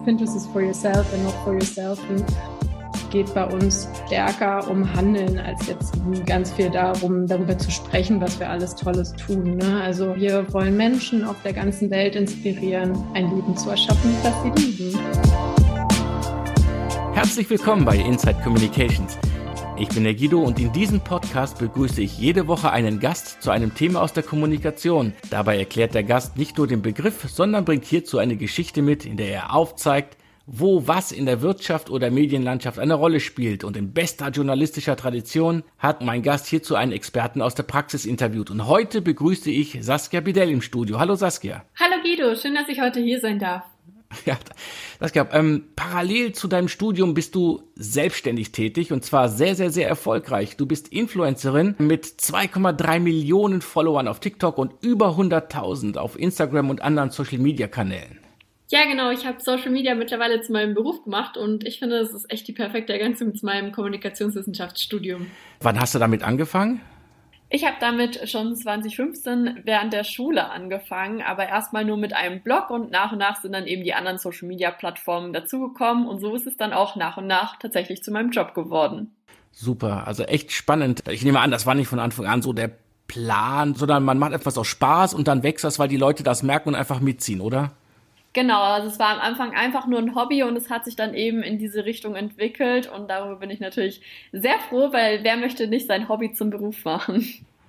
Pinterest is for yourself and not for yourself. Und geht bei uns stärker um Handeln als jetzt ganz viel darüber zu sprechen, was wir alles Tolles tun. Ne? Also wir wollen Menschen auf der ganzen Welt inspirieren, ein Leben zu erschaffen, das sie lieben. Herzlich willkommen bei Inside Communications. Ich bin der Guido und in diesem Podcast begrüße ich jede Woche einen Gast zu einem Thema aus der Kommunikation. Dabei erklärt der Gast nicht nur den Begriff, sondern bringt hierzu eine Geschichte mit, in der er aufzeigt, wo was in der Wirtschaft oder Medienlandschaft eine Rolle spielt. Und in bester journalistischer Tradition hat mein Gast hierzu einen Experten aus der Praxis interviewt. Und heute begrüße ich Saskia Bidell im Studio. Hallo Saskia. Hallo Guido, schön, dass ich heute hier sein darf. Ja, Saskia, parallel zu deinem Studium bist du selbstständig tätig und zwar sehr, sehr, sehr erfolgreich. Du bist Influencerin mit 2,3 Millionen Followern auf TikTok und über 100.000 auf Instagram und anderen Social-Media-Kanälen. Ja, genau. Ich habe Social Media mittlerweile zu meinem Beruf gemacht und ich finde, das ist echt die perfekte Ergänzung zu meinem Kommunikationswissenschaftsstudium. Wann hast du damit angefangen? Ich habe damit schon 2015 während der Schule angefangen, aber erstmal nur mit einem Blog und nach sind dann eben die anderen Social Media Plattformen dazugekommen und so ist es dann auch nach und nach tatsächlich zu meinem Job geworden. Super, also echt spannend. Ich nehme an, das war nicht von Anfang an so der Plan, sondern man macht etwas aus Spaß und dann wächst das, weil die Leute das merken und einfach mitziehen, oder? Genau, also es war am Anfang einfach nur ein Hobby und es hat sich dann eben in diese Richtung entwickelt und darüber bin ich natürlich sehr froh, weil wer möchte nicht sein Hobby zum Beruf machen?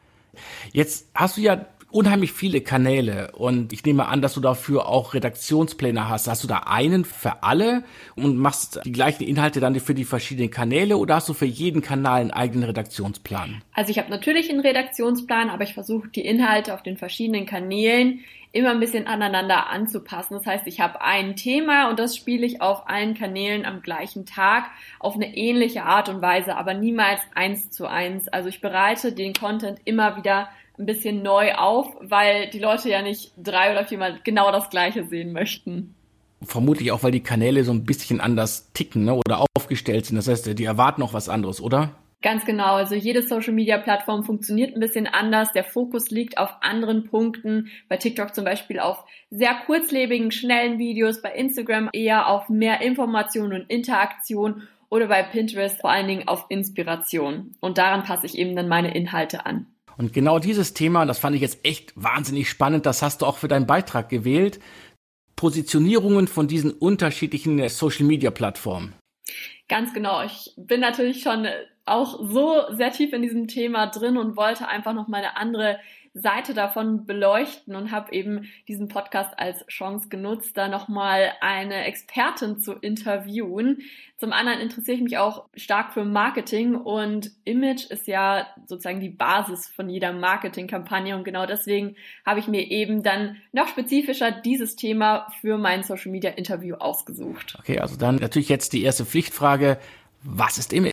Jetzt hast du ja unheimlich viele Kanäle und ich nehme an, dass du dafür auch Redaktionspläne hast. Hast du da einen für alle und machst die gleichen Inhalte dann für die verschiedenen Kanäle oder hast du für jeden Kanal einen eigenen Redaktionsplan? Also ich habe natürlich einen Redaktionsplan, aber ich versuche die Inhalte auf den verschiedenen Kanälen immer ein bisschen aneinander anzupassen. Das heißt, ich habe ein Thema und das spiele ich auf allen Kanälen am gleichen Tag auf eine ähnliche Art und Weise, aber niemals 1:1. Also ich bereite den Content immer wieder ein bisschen neu auf, weil die Leute ja nicht 3 oder 4 Mal genau das Gleiche sehen möchten. Vermutlich auch, weil die Kanäle so ein bisschen anders ticken, ne, oder aufgestellt sind. Das heißt, die erwarten auch was anderes, oder? Ganz genau. Also jede Social-Media-Plattform funktioniert ein bisschen anders. Der Fokus liegt auf anderen Punkten. Bei TikTok zum Beispiel auf sehr kurzlebigen, schnellen Videos. Bei Instagram eher auf mehr Information und Interaktion. Oder bei Pinterest vor allen Dingen auf Inspiration. Und daran passe ich eben dann meine Inhalte an. Und genau dieses Thema, und das fand ich jetzt echt wahnsinnig spannend, das hast du auch für deinen Beitrag gewählt. Positionierungen von diesen unterschiedlichen Social-Media-Plattformen. Ganz genau. Ich bin natürlich schon auch so sehr tief in diesem Thema drin und wollte einfach noch mal eine andere Seite davon beleuchten und habe eben diesen Podcast als Chance genutzt, da nochmal eine Expertin zu interviewen. Zum anderen interessiere ich mich auch stark für Marketing und Image ist ja sozusagen die Basis von jeder Marketingkampagne und genau deswegen habe ich mir eben dann noch spezifischer dieses Thema für mein Social Media Interview ausgesucht. Okay, also dann natürlich jetzt die erste Pflichtfrage. Was ist Image?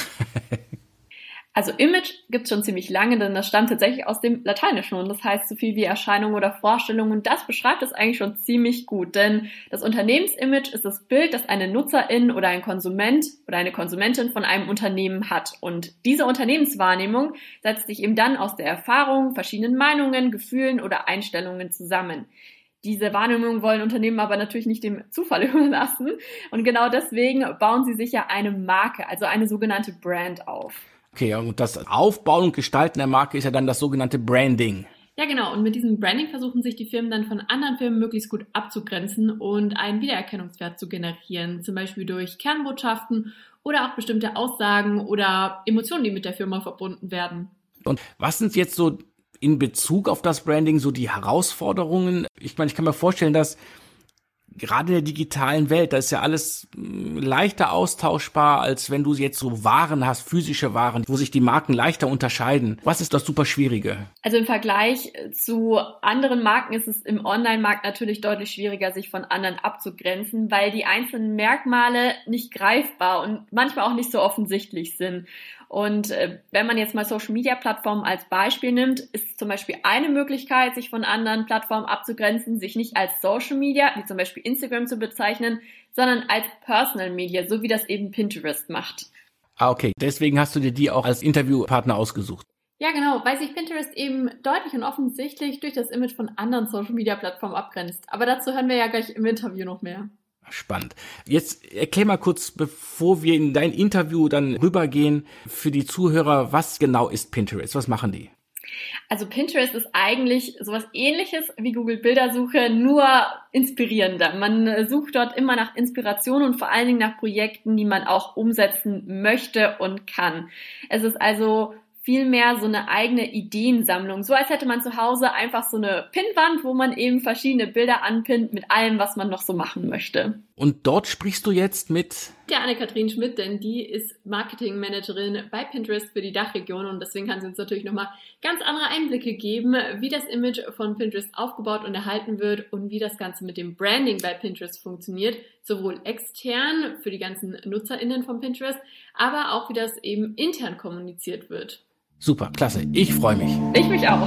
Also Image gibt's schon ziemlich lange, denn das stammt tatsächlich aus dem Lateinischen und das heißt so viel wie Erscheinung oder Vorstellung und das beschreibt es eigentlich schon ziemlich gut, denn das Unternehmensimage ist das Bild, das eine Nutzerin oder ein Konsument oder eine Konsumentin von einem Unternehmen hat und diese Unternehmenswahrnehmung setzt sich eben dann aus der Erfahrung, verschiedenen Meinungen, Gefühlen oder Einstellungen zusammen. Diese Wahrnehmung wollen Unternehmen aber natürlich nicht dem Zufall überlassen und genau deswegen bauen sie sich ja eine Marke, also eine sogenannte Brand auf. Okay, und das Aufbauen und Gestalten der Marke ist ja dann das sogenannte Branding. Ja, genau. Und mit diesem Branding versuchen sich die Firmen dann von anderen Firmen möglichst gut abzugrenzen und einen Wiedererkennungswert zu generieren, zum Beispiel durch Kernbotschaften oder auch bestimmte Aussagen oder Emotionen, die mit der Firma verbunden werden. Und was sind jetzt so in Bezug auf das Branding so die Herausforderungen? Ich meine, ich kann mir vorstellen, dass gerade in der digitalen Welt, da ist ja alles leichter austauschbar, als wenn du jetzt so Waren hast, physische Waren, wo sich die Marken leichter unterscheiden. Was ist das super Schwierige? Also im Vergleich zu anderen Marken ist es im Online-Markt natürlich deutlich schwieriger, sich von anderen abzugrenzen, weil die einzelnen Merkmale nicht greifbar und manchmal auch nicht so offensichtlich sind. Und wenn man jetzt mal Social-Media-Plattformen als Beispiel nimmt, ist zum Beispiel eine Möglichkeit, sich von anderen Plattformen abzugrenzen, sich nicht als Social-Media, wie zum Beispiel Instagram zu bezeichnen, sondern als Personal Media, so wie das eben Pinterest macht. Ah, okay. Deswegen hast du dir die auch als Interviewpartner ausgesucht. Ja, genau, weil sich Pinterest eben deutlich und offensichtlich durch das Image von anderen Social-Media-Plattformen abgrenzt. Aber dazu hören wir ja gleich im Interview noch mehr. Spannend. Jetzt erklär mal kurz, bevor wir in dein Interview dann rübergehen, für die Zuhörer, was genau ist Pinterest? Was machen die? Also Pinterest ist eigentlich sowas Ähnliches wie Google Bildersuche, nur inspirierender. Man sucht dort immer nach Inspiration und vor allen Dingen nach Projekten, die man auch umsetzen möchte und kann. Es ist also vielmehr so eine eigene Ideensammlung. So als hätte man zu Hause einfach so eine Pinnwand, wo man eben verschiedene Bilder anpinnt mit allem, was man noch so machen möchte. Und dort sprichst du jetzt mit der Anne-Kathrin Schmidt, denn die ist Marketingmanagerin bei Pinterest für die Dachregion und deswegen kann sie uns natürlich nochmal ganz andere Einblicke geben, wie das Image von Pinterest aufgebaut und erhalten wird und wie das Ganze mit dem Branding bei Pinterest funktioniert, sowohl extern für die ganzen NutzerInnen von Pinterest, aber auch wie das eben intern kommuniziert wird. Super, klasse. Ich freue mich. Ich mich auch.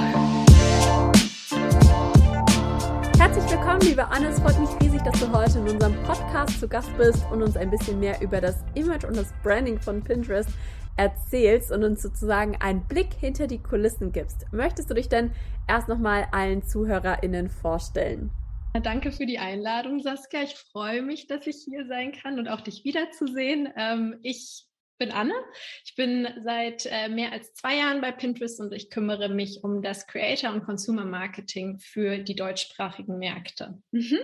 Herzlich willkommen, liebe Anne. Es freut mich riesig, dass du heute in unserem Podcast zu Gast bist und uns ein bisschen mehr über das Image und das Branding von Pinterest erzählst und uns sozusagen einen Blick hinter die Kulissen gibst. Möchtest du dich denn erst nochmal allen ZuhörerInnen vorstellen? Danke für die Einladung, Saskia. Ich freue mich, dass ich hier sein kann und auch dich wiederzusehen. Ich bin Anne. Ich bin seit mehr als 2 Jahren bei Pinterest und ich kümmere mich um das Creator- und Consumer-Marketing für die deutschsprachigen Märkte.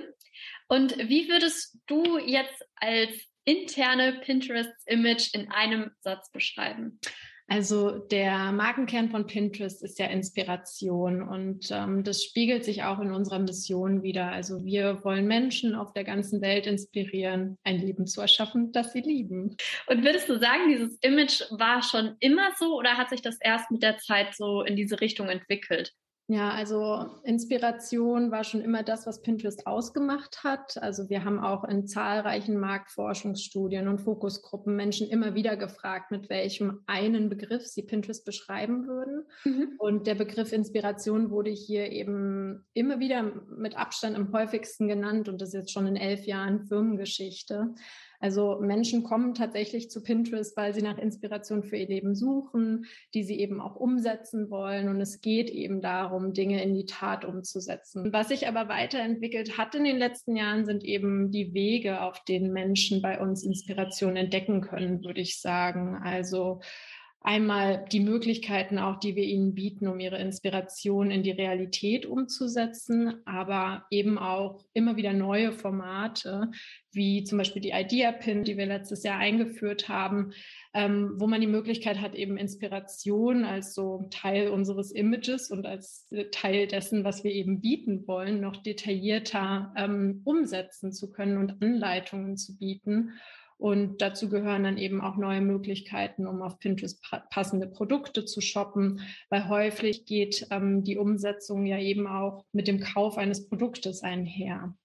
Und wie würdest du jetzt als interne Pinterest-Image in einem Satz beschreiben? Also der Markenkern von Pinterest ist ja Inspiration und das spiegelt sich auch in unserer Mission wider. Also wir wollen Menschen auf der ganzen Welt inspirieren, ein Leben zu erschaffen, das sie lieben. Und würdest du sagen, dieses Image war schon immer so oder hat sich das erst mit der Zeit so in diese Richtung entwickelt? Ja, also Inspiration war schon immer das, was Pinterest ausgemacht hat. Also wir haben auch in zahlreichen Marktforschungsstudien und Fokusgruppen Menschen immer wieder gefragt, mit welchem einen Begriff sie Pinterest beschreiben würden. Und der Begriff Inspiration wurde hier eben immer wieder mit Abstand am häufigsten genannt und das ist jetzt schon in 11 Jahren Firmengeschichte. Also Menschen kommen tatsächlich zu Pinterest, weil sie nach Inspiration für ihr Leben suchen, die sie eben auch umsetzen wollen. Und es geht eben darum, Dinge in die Tat umzusetzen. Was sich aber weiterentwickelt hat in den letzten Jahren, sind eben die Wege, auf denen Menschen bei uns Inspiration entdecken können, würde ich sagen. Also einmal die Möglichkeiten auch, die wir ihnen bieten, um ihre Inspiration in die Realität umzusetzen, aber eben auch immer wieder neue Formate, wie zum Beispiel die Idea Pin, die wir letztes Jahr eingeführt haben, wo man die Möglichkeit hat, eben Inspiration als so Teil unseres Images und als Teil dessen, was wir eben bieten wollen, noch detaillierter umsetzen zu können und Anleitungen zu bieten. Und dazu gehören dann eben auch neue Möglichkeiten, um auf Pinterest passende Produkte zu shoppen, weil häufig geht die Umsetzung ja eben auch mit dem Kauf eines Produktes einher.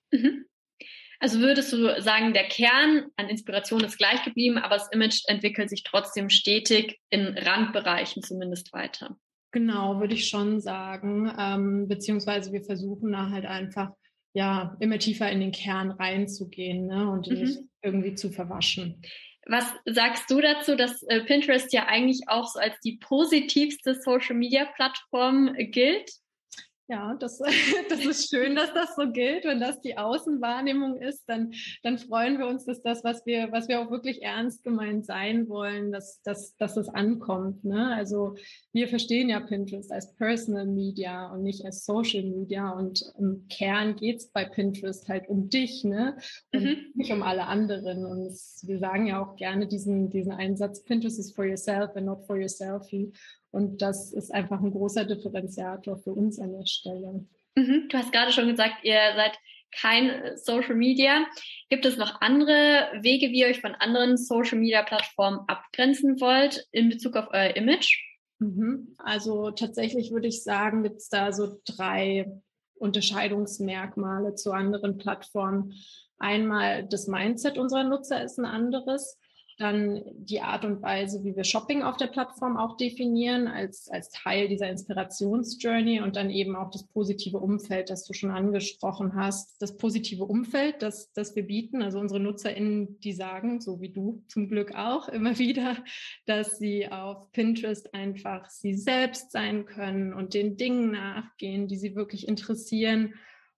Also würdest du sagen, der Kern an Inspiration ist gleich geblieben, aber das Image entwickelt sich trotzdem stetig in Randbereichen zumindest weiter? Genau, würde ich schon sagen. Beziehungsweise wir versuchen da halt einfach immer tiefer in den Kern reinzugehen, ne, und ihn nicht irgendwie zu verwaschen. Was sagst du dazu, dass Pinterest ja eigentlich auch so als die positivste Social-Media-Plattform gilt? Ja, das ist schön, dass das so gilt. Wenn das die Außenwahrnehmung ist, dann freuen wir uns, dass das, was wir auch wirklich ernst gemeint sein wollen, dass es ankommt. Ne? Also wir verstehen ja Pinterest als Personal Media und nicht als Social Media. Und im Kern geht's bei Pinterest halt um dich, ne? Und nicht um alle anderen. Und wir sagen ja auch gerne diesen Einsatz, Pinterest is for yourself and not for your selfie. Und das ist einfach ein großer Differenziator für uns an der Stelle. Du hast gerade schon gesagt, ihr seid kein Social Media. Gibt es noch andere Wege, wie ihr euch von anderen Social Media Plattformen abgrenzen wollt in Bezug auf euer Image? Also tatsächlich würde ich sagen, gibt es da so 3 Unterscheidungsmerkmale zu anderen Plattformen. Einmal das Mindset unserer Nutzer ist ein anderes. Dann die Art und Weise, wie wir Shopping auf der Plattform auch definieren, als Teil dieser Inspirationsjourney und dann eben auch das positive Umfeld, das du schon angesprochen hast. Das positive Umfeld, das wir bieten, also unsere NutzerInnen, die sagen, so wie du zum Glück auch immer wieder, dass sie auf Pinterest einfach sie selbst sein können und den Dingen nachgehen, die sie wirklich interessieren.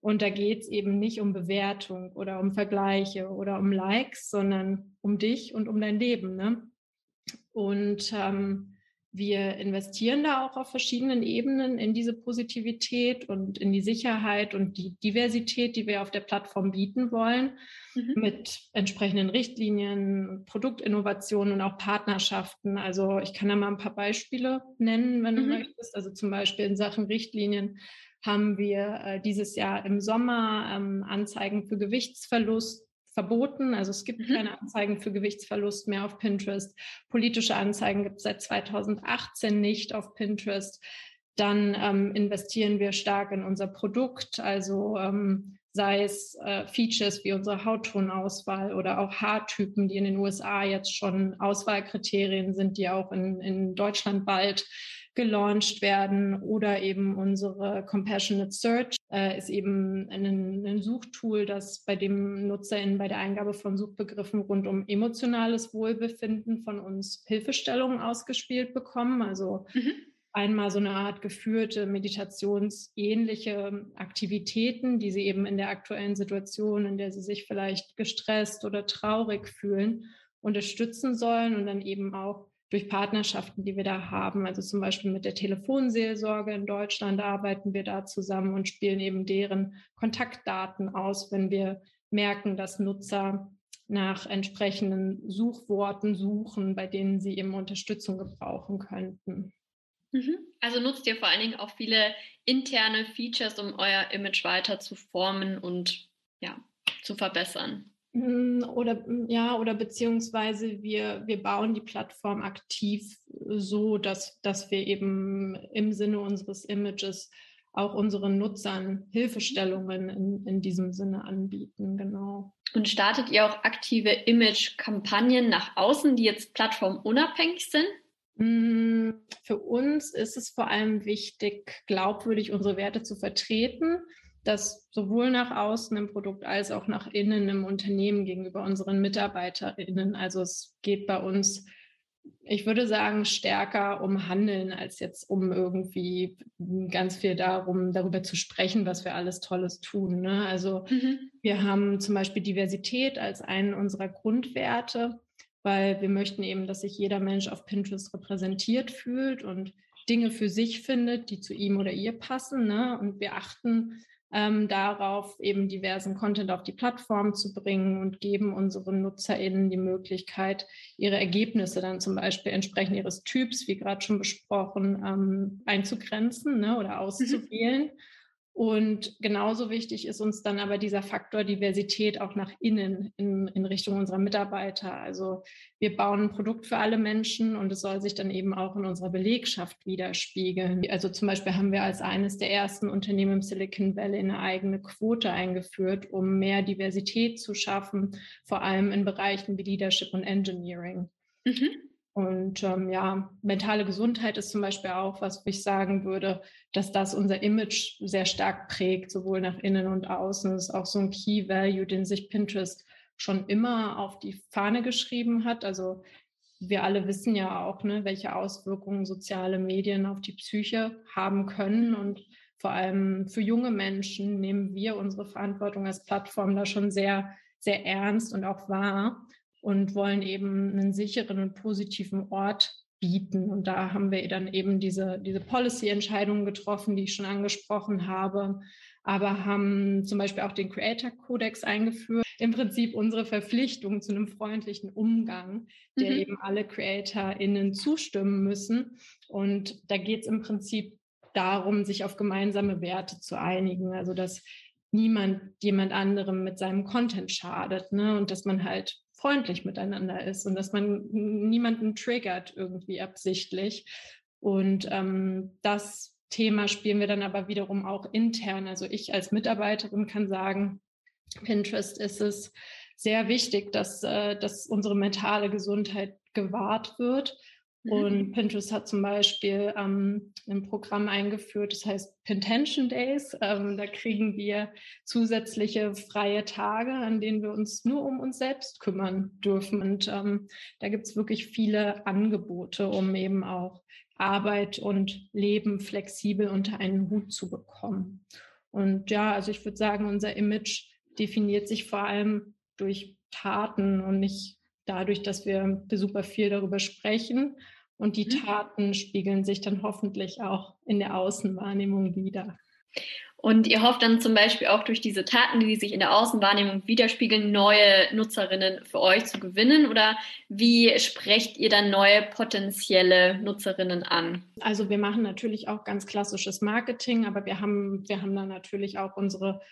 Und da geht es eben nicht um Bewertung oder um Vergleiche oder um Likes, sondern um dich und um dein Leben, ne? Und wir investieren da auch auf verschiedenen Ebenen in diese Positivität und in die Sicherheit und die Diversität, die wir auf der Plattform bieten wollen, mit entsprechenden Richtlinien, Produktinnovationen und auch Partnerschaften. Also ich kann da mal ein paar Beispiele nennen, wenn du möchtest. Also zum Beispiel in Sachen Richtlinien haben wir dieses Jahr im Sommer Anzeigen für Gewichtsverlust verboten. Also es gibt keine Anzeigen für Gewichtsverlust mehr auf Pinterest. Politische Anzeigen gibt es seit 2018 nicht auf Pinterest. Dann investieren wir stark in unser Produkt, also sei es Features wie unsere Hauttonauswahl oder auch Haartypen, die in den USA jetzt schon Auswahlkriterien sind, die auch in Deutschland bald gelauncht werden, oder eben unsere Compassionate Search ist eben ein Suchtool, das bei dem NutzerInnen bei der Eingabe von Suchbegriffen rund um emotionales Wohlbefinden von uns Hilfestellungen ausgespielt bekommen. Also einmal so eine Art geführte meditationsähnliche Aktivitäten, die sie eben in der aktuellen Situation, in der sie sich vielleicht gestresst oder traurig fühlen, unterstützen sollen, und dann eben auch durch Partnerschaften, die wir da haben. Also zum Beispiel mit der Telefonseelsorge in Deutschland arbeiten wir da zusammen und spielen eben deren Kontaktdaten aus, wenn wir merken, dass Nutzer nach entsprechenden Suchworten suchen, bei denen sie eben Unterstützung gebrauchen könnten. Also nutzt ihr vor allen Dingen auch viele interne Features, um euer Image weiter zu formen und zu verbessern. Oder beziehungsweise wir bauen die Plattform aktiv so, dass wir eben im Sinne unseres Images auch unseren Nutzern Hilfestellungen in diesem Sinne anbieten, genau. Und startet ihr auch aktive Image-Kampagnen nach außen, die jetzt plattformunabhängig sind? Für uns ist es vor allem wichtig, glaubwürdig unsere Werte zu vertreten, das sowohl nach außen im Produkt als auch nach innen im Unternehmen gegenüber unseren MitarbeiterInnen. Also es geht bei uns, ich würde sagen, stärker um Handeln als jetzt um irgendwie ganz viel darüber zu sprechen, was wir alles Tolles tun, ne? Also wir haben zum Beispiel Diversität als einen unserer Grundwerte, weil wir möchten eben, dass sich jeder Mensch auf Pinterest repräsentiert fühlt und Dinge für sich findet, die zu ihm oder ihr passen, ne? Und wir achten darauf, eben diversen Content auf die Plattform zu bringen und geben unseren NutzerInnen die Möglichkeit, ihre Ergebnisse dann zum Beispiel entsprechend ihres Typs, wie gerade schon besprochen, einzugrenzen, ne, oder auszuwählen. Und genauso wichtig ist uns dann aber dieser Faktor Diversität auch nach innen in Richtung unserer Mitarbeiter. Also wir bauen ein Produkt für alle Menschen und es soll sich dann eben auch in unserer Belegschaft widerspiegeln. Also zum Beispiel haben wir als eines der ersten Unternehmen im Silicon Valley eine eigene Quote eingeführt, um mehr Diversität zu schaffen, vor allem in Bereichen wie Leadership und Engineering. Und mentale Gesundheit ist zum Beispiel auch was, wo ich sagen würde, dass das unser Image sehr stark prägt, sowohl nach innen und außen. Das ist auch so ein Key Value, den sich Pinterest schon immer auf die Fahne geschrieben hat. Also wir alle wissen ja auch, ne, welche Auswirkungen soziale Medien auf die Psyche haben können. Und vor allem für junge Menschen nehmen wir unsere Verantwortung als Plattform da schon sehr, sehr ernst und auch wahr und wollen eben einen sicheren und positiven Ort bieten. Und da haben wir dann eben diese Policy-Entscheidungen getroffen, die ich schon angesprochen habe, aber haben zum Beispiel auch den Creator-Kodex eingeführt. Im Prinzip unsere Verpflichtung zu einem freundlichen Umgang, der eben alle CreatorInnen zustimmen müssen. Und da geht es im Prinzip darum, sich auf gemeinsame Werte zu einigen. Also dass niemand jemand anderem mit seinem Content schadet, ne? Und dass man halt freundlich miteinander ist und dass man niemanden triggert irgendwie absichtlich. Und das Thema spielen wir dann aber wiederum auch intern. Also ich als Mitarbeiterin kann sagen, Pinterest ist es sehr wichtig, dass unsere mentale Gesundheit gewahrt wird. Und Pinterest hat zum Beispiel ein Programm eingeführt, das heißt Pintention Days. Da kriegen wir zusätzliche freie Tage, an denen wir uns nur um uns selbst kümmern dürfen. Und da gibt's wirklich viele Angebote, um eben auch Arbeit und Leben flexibel unter einen Hut zu bekommen. Und ja, also ich würde sagen, unser Image definiert sich vor allem durch Taten und nicht dadurch, dass wir super viel darüber sprechen. Und die Taten spiegeln sich dann hoffentlich auch in der Außenwahrnehmung wider. Und ihr hofft dann zum Beispiel auch durch diese Taten, die sich in der Außenwahrnehmung widerspiegeln, neue Nutzerinnen für euch zu gewinnen? Oder wie sprecht ihr dann neue potenzielle Nutzerinnen an? Also wir machen natürlich auch ganz klassisches Marketing, aber wir haben dann natürlich auch unsere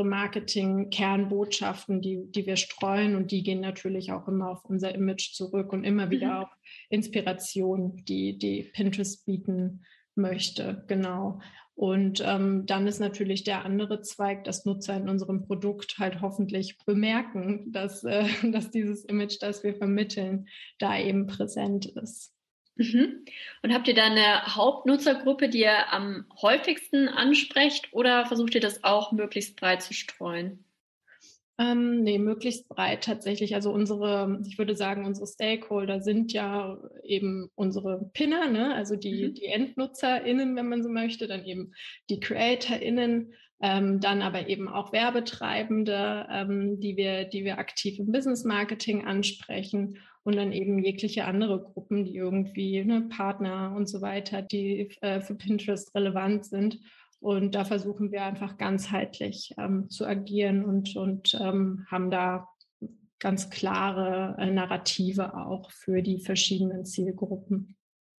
Marketing-Kernbotschaften, die wir streuen, und die gehen natürlich auch immer auf unser Image zurück und immer wieder auf Inspiration, die Pinterest bieten möchte. Genau. Und dann ist natürlich der andere Zweig, dass Nutzer in unserem Produkt halt hoffentlich bemerken, dass dieses Image, das wir vermitteln, da eben präsent ist. Und habt ihr da eine Hauptnutzergruppe, die ihr am häufigsten ansprecht, oder versucht ihr das auch möglichst breit zu streuen? Nee, möglichst breit tatsächlich. Also ich würde sagen, unsere Stakeholder sind ja eben unsere Pinner, ne? Also die EndnutzerInnen, wenn man so möchte, dann eben die CreatorInnen, dann aber eben auch Werbetreibende, die wir aktiv im Business Marketing ansprechen, und dann eben jegliche andere Gruppen, die irgendwie, ne, Partner und so weiter, die für Pinterest relevant sind. Und da versuchen wir einfach ganzheitlich zu agieren und haben da ganz klare Narrative auch für die verschiedenen Zielgruppen.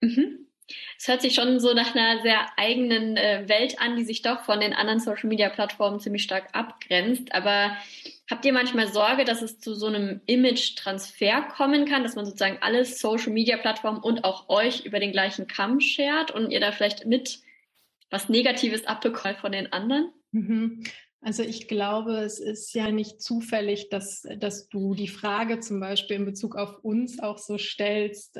Es hört sich schon so nach einer sehr eigenen Welt an, die sich doch von den anderen Social-Media-Plattformen ziemlich stark abgrenzt. Aber habt ihr manchmal Sorge, dass es zu so einem Image-Transfer kommen kann, dass man sozusagen alle Social-Media-Plattformen und auch euch über den gleichen Kamm schert und ihr da vielleicht mit was Negatives abbekommt von den anderen? Also ich glaube, es ist ja nicht zufällig, dass du die Frage zum Beispiel in Bezug auf uns auch so stellst,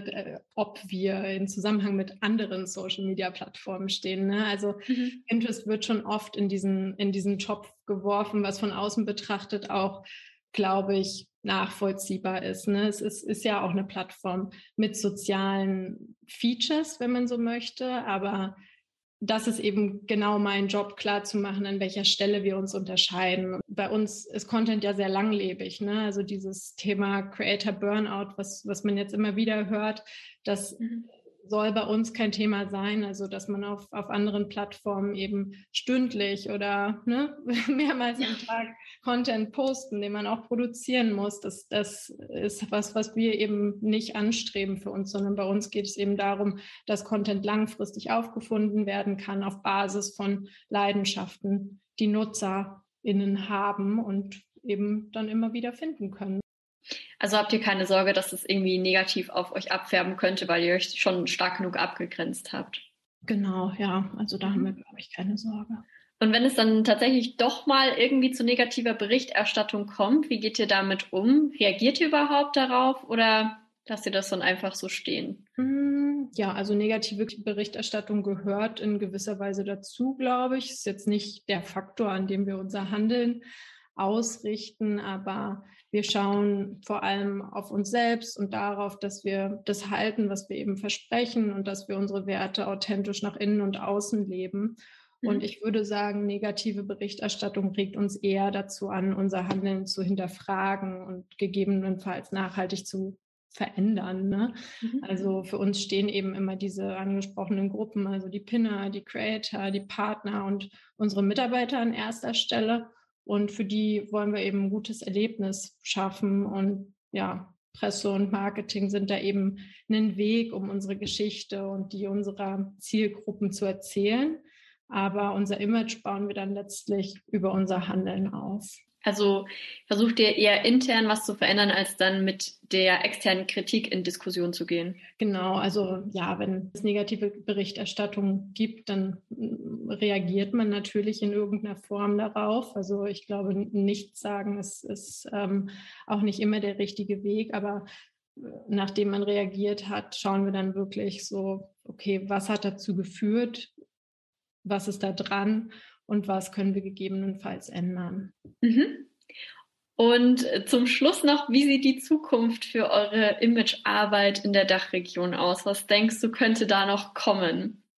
ob wir in Zusammenhang mit anderen Social-Media-Plattformen stehen. Ne? Also Pinterest wird schon oft in diesen Topf geworfen, was von außen betrachtet auch, glaube ich, nachvollziehbar ist. Ne? Es ist ja auch eine Plattform mit sozialen Features, wenn man so möchte, aber das ist eben genau mein Job, klar zu machen, an welcher Stelle wir uns unterscheiden. Bei uns ist Content ja sehr langlebig, ne? Also dieses Thema Creator Burnout, was man jetzt immer wieder hört, das soll bei uns kein Thema sein. Also dass man auf anderen Plattformen eben stündlich oder mehrmals am Tag Content posten, den man auch produzieren muss. Das ist was wir eben nicht anstreben für uns, sondern bei uns geht es eben darum, dass Content langfristig aufgefunden werden kann auf Basis von Leidenschaften, die NutzerInnen haben und eben dann immer wieder finden können. Also habt ihr keine Sorge, dass es irgendwie negativ auf euch abfärben könnte, weil ihr euch schon stark genug abgegrenzt habt? Genau, ja. Also da haben wir, glaube ich, keine Sorge. Und wenn es dann tatsächlich doch mal irgendwie zu negativer Berichterstattung kommt, wie geht ihr damit um? Reagiert ihr überhaupt darauf oder lasst ihr das dann einfach so stehen? Ja, also negative Berichterstattung gehört in gewisser Weise dazu, glaube ich. Ist jetzt nicht der Faktor, an dem wir unser Handeln ausrichten, aber wir schauen vor allem auf uns selbst und darauf, dass wir das halten, was wir eben versprechen, und dass wir unsere Werte authentisch nach innen und außen leben. Und ich würde sagen, negative Berichterstattung regt uns eher dazu an, unser Handeln zu hinterfragen und gegebenenfalls nachhaltig zu verändern. Ne? Also für uns stehen eben immer diese angesprochenen Gruppen, also die Pinner, die Creator, die Partner und unsere Mitarbeiter an erster Stelle. Und für die wollen wir eben ein gutes Erlebnis schaffen. Und ja, Presse und Marketing sind da eben ein Weg, um unsere Geschichte und die unserer Zielgruppen zu erzählen. Aber unser Image bauen wir dann letztlich über unser Handeln auf. Also versucht ihr eher intern was zu verändern, als dann mit der externen Kritik in Diskussion zu gehen? Genau, also ja, wenn es negative Berichterstattung gibt, dann reagiert man natürlich in irgendeiner Form darauf. Also ich glaube, nichts sagen ist auch nicht immer der richtige Weg, aber nachdem man reagiert hat, schauen wir dann wirklich so, okay, was hat dazu geführt, was ist da dran und was können wir gegebenenfalls ändern. Und zum Schluss noch, wie sieht die Zukunft für eure Imagearbeit in der Dachregion aus? Was denkst du, könnte da noch kommen?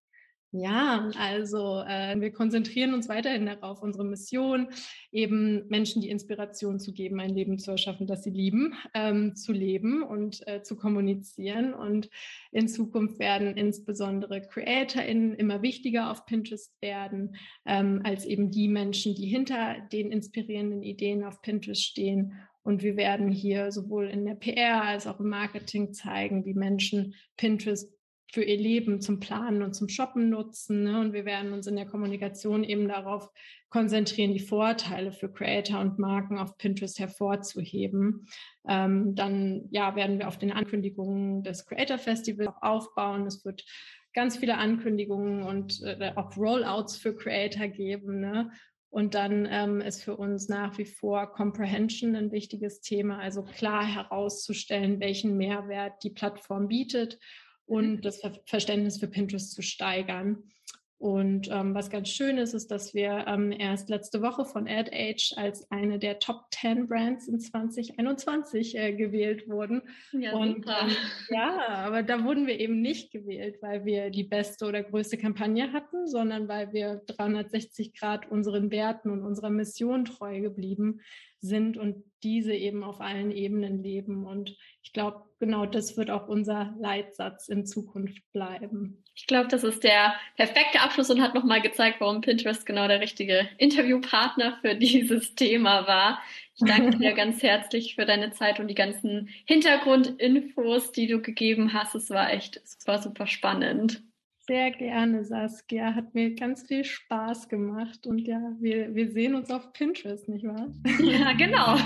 Ja, also wir konzentrieren uns weiterhin darauf, unsere Mission, eben Menschen die Inspiration zu geben, ein Leben zu erschaffen, das sie lieben, zu leben und zu kommunizieren. Und in Zukunft werden insbesondere CreatorInnen immer wichtiger auf Pinterest werden, als eben die Menschen, die hinter den inspirierenden Ideen auf Pinterest stehen. Und wir werden hier sowohl in der PR als auch im Marketing zeigen, wie Menschen Pinterest für ihr Leben zum Planen und zum Shoppen nutzen. Ne? Und wir werden uns in der Kommunikation eben darauf konzentrieren, die Vorteile für Creator und Marken auf Pinterest hervorzuheben. Dann werden wir auf den Ankündigungen des Creator Festivals aufbauen. Es wird ganz viele Ankündigungen und auch Rollouts für Creator geben. Ne? Und dann ist für uns nach wie vor Comprehension ein wichtiges Thema, also klar herauszustellen, welchen Mehrwert die Plattform bietet und das Verständnis für Pinterest zu steigern. Und was ganz schön ist, dass wir erst letzte Woche von AdAge als eine der Top 10 Brands in 2021 gewählt wurden. Ja, und aber da wurden wir eben nicht gewählt, weil wir die beste oder größte Kampagne hatten, sondern weil wir 360 Grad unseren Werten und unserer Mission treu geblieben sind und diese eben auf allen Ebenen leben. Und ich glaube, genau das wird auch unser Leitsatz in Zukunft bleiben. Ich glaube, das ist der perfekte Abschluss und hat nochmal gezeigt, warum Pinterest genau der richtige Interviewpartner für dieses Thema war. Ich danke dir ganz herzlich für deine Zeit und die ganzen Hintergrundinfos, die du gegeben hast. Es war super spannend. Sehr gerne, Saskia. Hat mir ganz viel Spaß gemacht. Und ja, wir sehen uns auf Pinterest, nicht wahr? Ja, genau.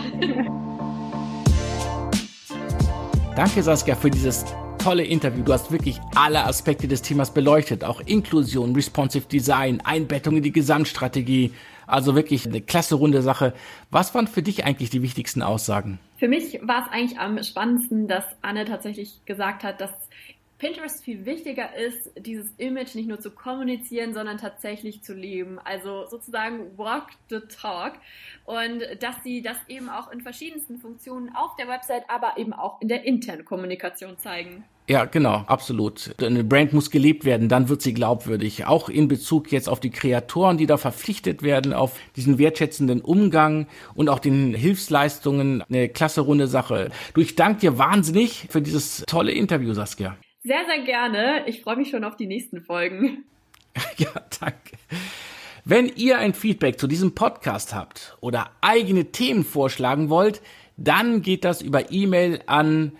Danke, Saskia, für dieses tolle Interview. Du hast wirklich alle Aspekte des Themas beleuchtet. Auch Inklusion, Responsive Design, Einbettung in die Gesamtstrategie. Also wirklich eine klasse runde Sache. Was waren für dich eigentlich die wichtigsten Aussagen? Für mich war es eigentlich am spannendsten, dass Anne tatsächlich gesagt hat, dass Pinterest viel wichtiger ist, dieses Image nicht nur zu kommunizieren, sondern tatsächlich zu leben. Also sozusagen walk the talk. Und dass sie das eben auch in verschiedensten Funktionen auf der Website, aber eben auch in der internen Kommunikation zeigen. Ja, genau, absolut. Eine Brand muss gelebt werden, dann wird sie glaubwürdig. Auch in Bezug jetzt auf die Kreatoren, die da verpflichtet werden, auf diesen wertschätzenden Umgang und auch den Hilfsleistungen. Eine klasse runde Sache. Du, ich danke dir wahnsinnig für dieses tolle Interview, Saskia. Sehr, sehr gerne. Ich freue mich schon auf die nächsten Folgen. Ja, danke. Wenn ihr ein Feedback zu diesem Podcast habt oder eigene Themen vorschlagen wollt, dann geht das über E-Mail an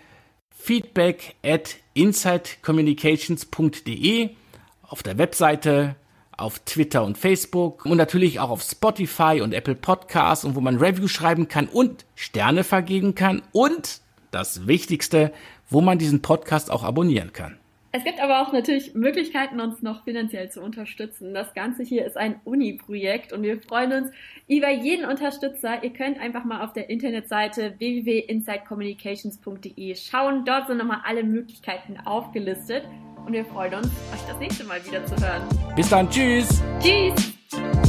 feedback@insidecommunications.de, auf der Webseite, auf Twitter und Facebook und natürlich auch auf Spotify und Apple Podcasts und wo man Reviews schreiben kann und Sterne vergeben kann und das Wichtigste, wo man diesen Podcast auch abonnieren kann. Es gibt aber auch natürlich Möglichkeiten, uns noch finanziell zu unterstützen. Das Ganze hier ist ein Uni-Projekt und wir freuen uns über jeden Unterstützer. Ihr könnt einfach mal auf der Internetseite www.insidecommunications.de schauen. Dort sind nochmal alle Möglichkeiten aufgelistet und wir freuen uns, euch das nächste Mal wieder zu hören. Bis dann, tschüss! Tschüss!